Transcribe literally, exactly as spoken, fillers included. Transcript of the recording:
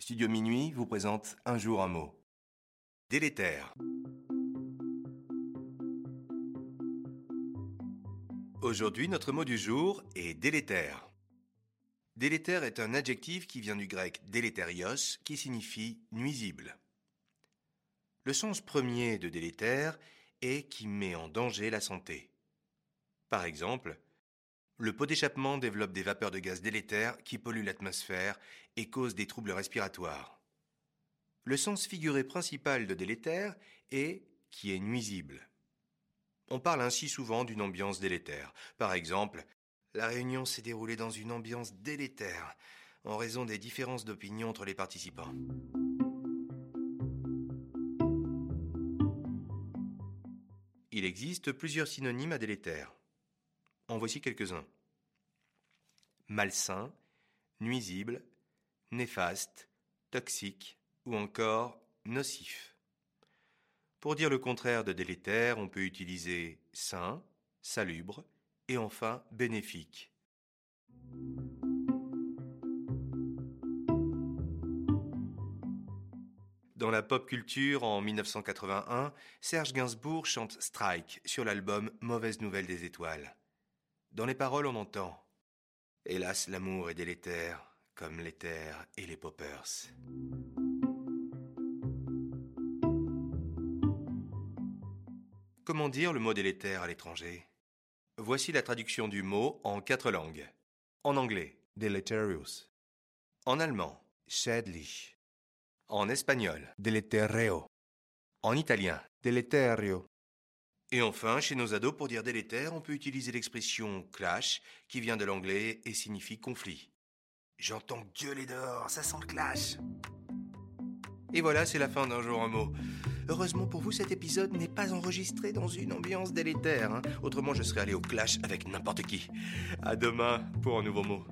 Studio Minuit vous présente Un jour un mot. Délétère. Aujourd'hui, notre mot du jour est délétère. Délétère est un adjectif qui vient du grec délétérios, qui signifie nuisible. Le sens premier de délétère est qui met en danger la santé. Par exemple, le pot d'échappement développe des vapeurs de gaz délétères qui polluent l'atmosphère et causent des troubles respiratoires. Le sens figuré principal de délétère est qui est nuisible. On parle ainsi souvent d'une ambiance délétère. Par exemple, la réunion s'est déroulée dans une ambiance délétère en raison des différences d'opinion entre les participants. Il existe plusieurs synonymes à délétère. En voici quelques-uns. Malsain, nuisible, néfaste, toxique ou encore nocif. Pour dire le contraire de délétère, on peut utiliser sain, salubre et enfin bénéfique. Dans la pop culture, en dix-neuf cent quatre-vingt-un, Serge Gainsbourg chante Strike sur l'album Mauvaise nouvelle des étoiles. Dans les paroles, on entend « Hélas, l'amour est délétère, comme l'éther et les poppers ». Comment dire le mot délétère à l'étranger ? Voici la traduction du mot en quatre langues. En anglais, deleterious. En allemand, schädlich. En espagnol, deletereo. En italien, deleterio. Et enfin, chez nos ados, pour dire délétère, on peut utiliser l'expression clash, qui vient de l'anglais et signifie conflit. J'entends gueuler dehors, ça sent le clash. Et voilà, c'est la fin d'Un jour un mot. Heureusement pour vous, cet épisode n'est pas enregistré dans une ambiance délétère. Hein. Autrement, je serais allé au clash avec n'importe qui. À demain pour un nouveau mot.